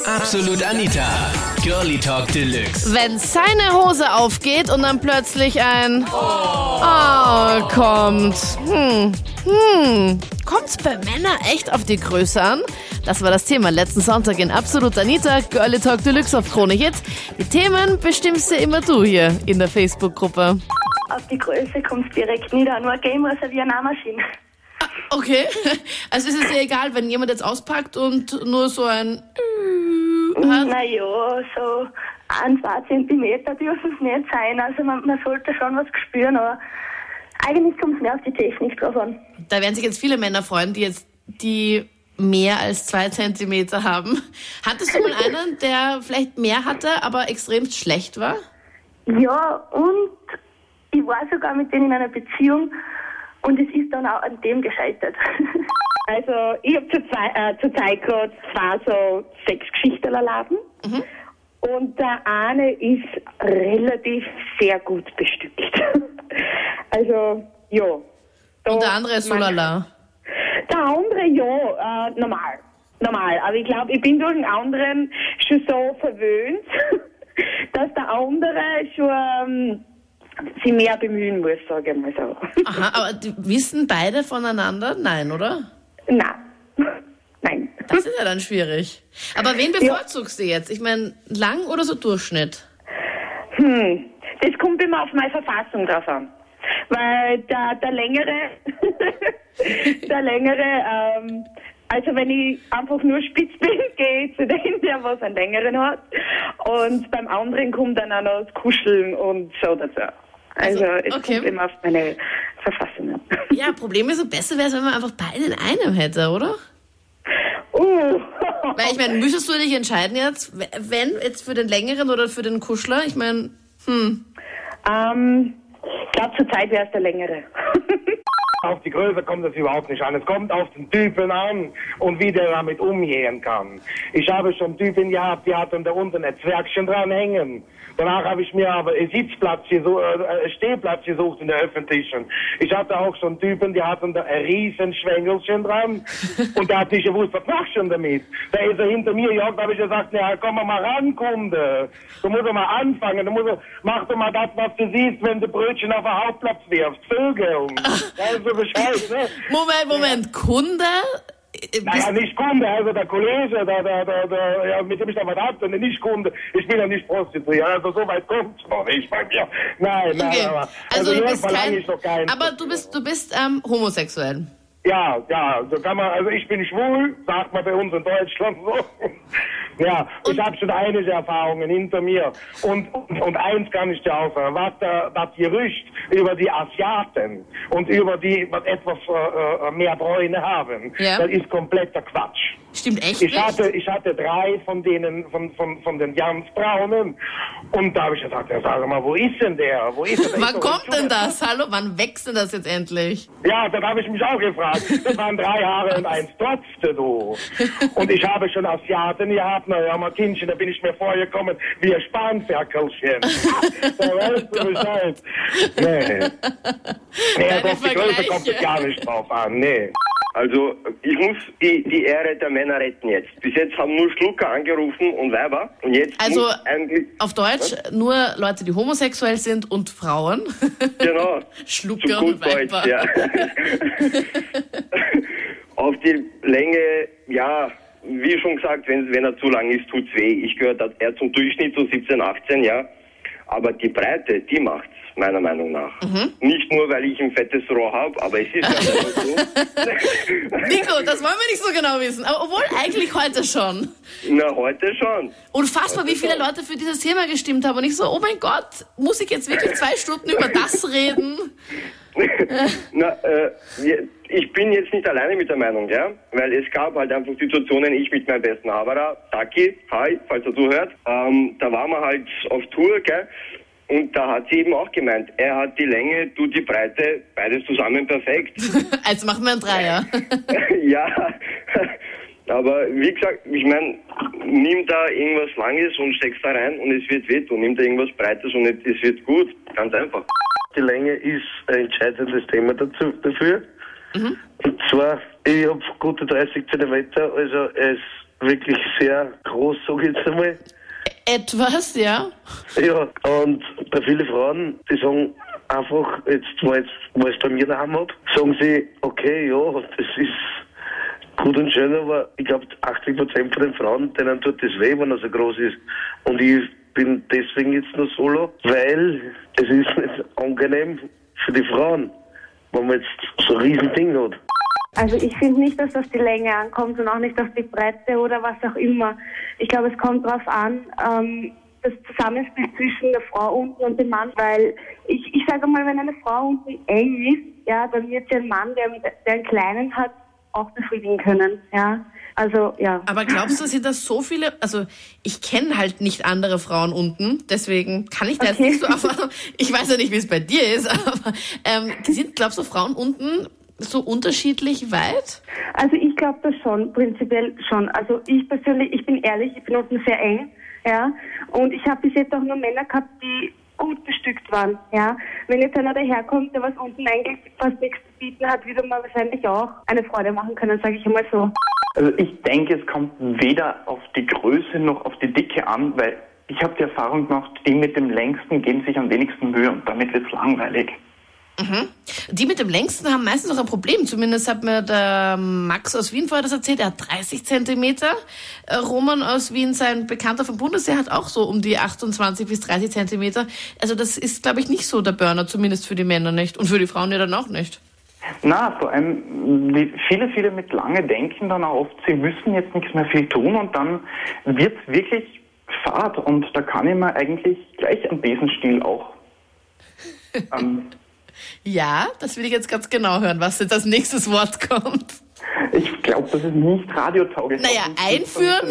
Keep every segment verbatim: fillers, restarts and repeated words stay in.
Absolut Anita, Girlie Talk Deluxe. Wenn seine Hose aufgeht und dann plötzlich ein Oh kommt. Hm, hm. Kommt's bei Männern echt auf die Größe an? Das war das Thema letzten Sonntag in Absolut Anita, Girlie Talk Deluxe auf Krone Hit. Die Themen bestimmst ja immer du hier in der Facebook-Gruppe. Auf die Größe kommt es direkt nieder, nur ein Game muss wie eine Nähmaschine. Okay, also ist es dir egal, wenn jemand jetzt auspackt und nur so ein hat? Naja, so ein, zwei Zentimeter dürfen es nicht sein, also man, man sollte schon was spüren, aber eigentlich kommt es mehr auf die Technik drauf an. Da werden sich jetzt viele Männer freuen, die jetzt die mehr als zwei Zentimeter haben. Hattest du mal einen, der vielleicht mehr hatte, aber extrem schlecht war? Ja, und ich war sogar mit denen in einer Beziehung und es ist dann auch an dem gescheitert. Also ich habe zurzeit äh, zur gerade zwei so sechs Geschichterladen mhm. und der eine ist relativ sehr gut bestückt. Also, ja. Und der andere ist so lala? Der andere, ja, äh, normal. Normal. Aber ich glaube, ich bin durch den anderen schon so verwöhnt, dass der andere schon ähm, sich mehr bemühen muss, sage ich mal so. Aha, aber die wissen beide voneinander? Nein, oder? Nein. Nein. Das ist ja dann schwierig. Aber wen bevorzugst ja. du jetzt? Ich meine, lang oder so Durchschnitt? Hm, das kommt immer auf meine Verfassung drauf an. Weil der, der längere, der längere, ähm, also wenn ich einfach nur spitz bin, gehe ich zu dem, der was einen längeren hat. Und beim anderen kommt dann auch noch das Kuscheln und so dazu. Also, also es okay. kommt immer auf meine Verfassung an. Ja, Problem ist, so besser wäre es, wenn man einfach beide in einem hätte, oder? Uh. Weil ich meine, müsstest du dich entscheiden jetzt, wenn, jetzt für den längeren oder für den Kuschler? Ich meine, hm. Ähm, ich glaube, zur Zeit wäre es der längere. Auf die Größe kommt es überhaupt nicht an. Es kommt auf den Typen an und wie der damit umgehen kann. Ich habe schon Typen gehabt, die hatten da unten ein Zwergchen dran hängen. Danach habe ich mir aber einen Sitzplatz gesucht, äh, Stehplatz gesucht in der öffentlichen. Ich hatte auch schon Typen, die hatten da ein riesen Schwängelchen dran und der hat nicht gewusst, was machst du denn damit? Da ist er hinter mir gehockt, da habe ich gesagt, ja, komm mal ran, Kunde. Du musst mal anfangen, du musst, mach doch mal das, was du siehst, wenn du Brötchen auf den Hauptplatz wirfst. Vögeln. Also Bescheid, ne? Moment, Moment, ja. Kunde? Naja, nicht Kunde, also der Kollege, der, der, der, der, ja, mit dem ich da was hatte, nicht Kunde. Ich bin ja nicht prostituiert, also so weit kommt es noch nicht bei mir. Nein, nein, okay. aber, also, also du bist kein, ich noch keinen. Aber du bist, du bist ähm, homosexuell. Ja, ja, so kann man, also ich bin schwul, sagt man bei uns in Deutschland so. Ja, und ich habe schon einige Erfahrungen hinter mir. Und, und, und eins kann ich dir auch sagen, was da, das Gerücht über die Asiaten und über die, was etwas äh, mehr Bräune haben, ja. Das ist kompletter Quatsch. Stimmt echt ich nicht? Hatte, ich hatte drei von denen, von, von, von den ganz Braunen. Und da habe ich gesagt, ja, sag mal, wo ist denn der? Wo ist der? Wann kommt denn das? Hallo, wann wächst denn das jetzt endlich? Ja, dann habe ich mich auch gefragt. Das waren drei Haare und eins trotzte, du. Und ich habe schon Asiaten gehabt, na ja, mal Kindchen, da bin ich mir vorgekommen wie ein Spanferkelchen. Da weißt du Bescheid. Nee. Nee, also auf die Größe kommt es gar nicht drauf an, nee. Also, ich muss die, die Ehre der Männer retten jetzt. Bis jetzt haben nur Schlucker angerufen und Weiber. Und jetzt also, muss eigentlich... auf Deutsch, was? Nur Leute, die homosexuell sind und Frauen. Genau. Schlucker und Weiber. Deutsch, ja. Auf die Länge, ja, wie schon gesagt, wenn, wenn er zu lang ist, tut's weh. Ich gehöre da eher zum Durchschnitt, so siebzehn, achtzehn, ja. Aber die Breite, die macht's, meiner Meinung nach. Mhm. Nicht nur, weil ich ein fettes Rohr habe, aber es ist ja so. Nico, das wollen wir nicht so genau wissen. Aber obwohl eigentlich heute schon. Na, heute schon. Unfassbar, wie viele Leute für dieses Thema gestimmt haben. Und ich so, oh mein Gott, muss ich jetzt wirklich zwei Stunden über das reden? Na, äh, ich bin jetzt nicht alleine mit der Meinung, ja, weil es gab halt einfach Situationen, ich mit meinem besten Haberer, Taki, hi, falls er zuhört, ähm, da waren wir halt auf Tour, gell, und da hat sie eben auch gemeint, er hat die Länge, du die Breite, beides zusammen perfekt. Also machen wir einen Dreier. Ja, aber wie gesagt, ich meine, nimm da irgendwas Langes und steck's da rein und es wird wehtun, nimm da irgendwas Breites und es wird gut, ganz einfach. Die Länge ist ein entscheidendes Thema dazu, dafür. Mhm. Und zwar, ich habe gute dreißig Zentimeter, also es wirklich sehr groß, sag ich jetzt einmal. Etwas, ja? Ja, und bei vielen Frauen, die sagen einfach, jetzt, wo ich es bei mir daheim hab, sagen sie, okay, ja, das ist gut und schön, aber ich glaube, achtzig Prozent von den Frauen, denen tut das weh, wenn er so groß ist. Und ich bin deswegen jetzt nur solo, weil es ist nicht angenehm für die Frauen, wenn man jetzt so ein Riesending hat. Also ich finde nicht, dass das die Länge ankommt und auch nicht auf die Breite oder was auch immer. Ich glaube, es kommt darauf an, ähm, das Zusammenspiel zwischen der Frau unten und dem Mann, weil ich, ich sage mal, wenn eine Frau unten eng ist, ja, dann wird sie ein Mann, der, mit, der einen kleinen hat, auch befriedigen können, ja. Also, ja. Aber glaubst du, sind das so viele, also ich kenne halt nicht andere Frauen unten, deswegen kann ich da okay. jetzt nicht so erfahren. Ich weiß ja nicht, wie es bei dir ist, aber ähm, sind, glaubst du, Frauen unten so unterschiedlich weit? Also ich glaube das schon, prinzipiell schon. Also ich persönlich, ich bin ehrlich, ich bin unten sehr eng, ja. Und ich habe bis jetzt auch nur Männer gehabt, die gut bestückt waren, ja. Wenn jetzt einer daherkommt, der was unten eigentlich fast nichts zu bieten hat, würde man wahrscheinlich auch eine Freude machen können, sage ich einmal so. Also ich denke, es kommt weder auf die Größe noch auf die Dicke an, weil ich habe die Erfahrung gemacht, die mit dem längsten geben sich am wenigsten Mühe und damit wird es langweilig. Mhm. Die mit dem längsten haben meistens noch ein Problem. Zumindest hat mir der Max aus Wien vorher das erzählt. Er hat dreißig Zentimeter. Roman aus Wien, sein Bekannter vom Bundesheer, hat auch so um die achtundzwanzig bis dreißig Zentimeter. Also das ist, glaube ich, nicht so der Burner, zumindest für die Männer nicht. Und für die Frauen ja dann auch nicht. Na, vor allem, die viele, viele mit lange denken dann auch oft, sie müssen jetzt nichts mehr viel tun und dann wird's wirklich fad. Und da kann ich mir eigentlich gleich am Besenstiel auch ähm, ja, das will ich jetzt ganz genau hören, was jetzt als nächstes Wort kommt. Ich glaube, das ist nicht radiotauglich. Naja, einführen?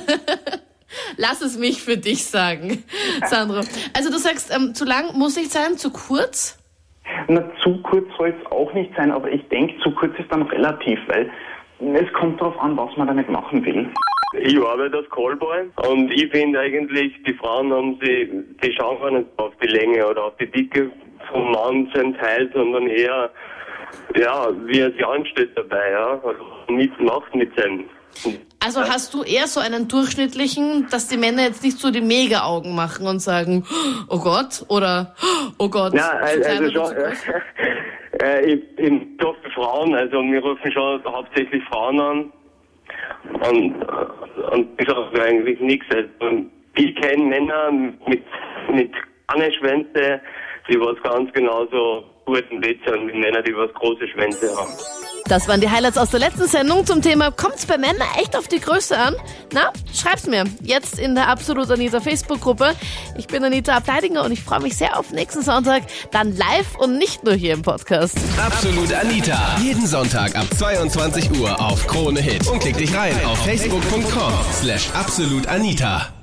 Lass es mich für dich sagen, Sandro. Also du sagst, ähm, zu lang muss nicht sein, zu kurz? Na, zu kurz soll es auch nicht sein, aber ich denke, zu kurz ist dann relativ, weil es kommt darauf an, was man damit machen will. Ich arbeite als Callboy und ich finde eigentlich, die Frauen haben sie, die schauen gar nicht auf die Länge oder auf die Dicke vom Mann sein Teil, sondern eher, ja, wie er sich anstellt dabei, ja, also mitmacht mit seinem. Also hast du eher so einen durchschnittlichen, dass die Männer jetzt nicht so die Mega-Augen machen und sagen, oh Gott, oder oh Gott. Ja, also, also schon, äh, ich, ich doch für Frauen, also wir rufen schon hauptsächlich Frauen an und, und ich sage eigentlich nichts. Also, ich kenne Männer mit, mit kleinen Schwänze, die was ganz genauso guten Blitzern wie Männer, die was große Schwänze haben. Das waren die Highlights aus der letzten Sendung zum Thema, kommt's bei Männern echt auf die Größe an? Na, schreib's mir jetzt in der Absolut Anita Facebook-Gruppe. Ich bin Anita Abteidinger und ich freue mich sehr auf nächsten Sonntag, dann live und nicht nur hier im Podcast. Absolut Anita, jeden Sonntag ab zweiundzwanzig Uhr auf Krone Hit. Und klick dich rein auf facebook punkt com slash absolutanita.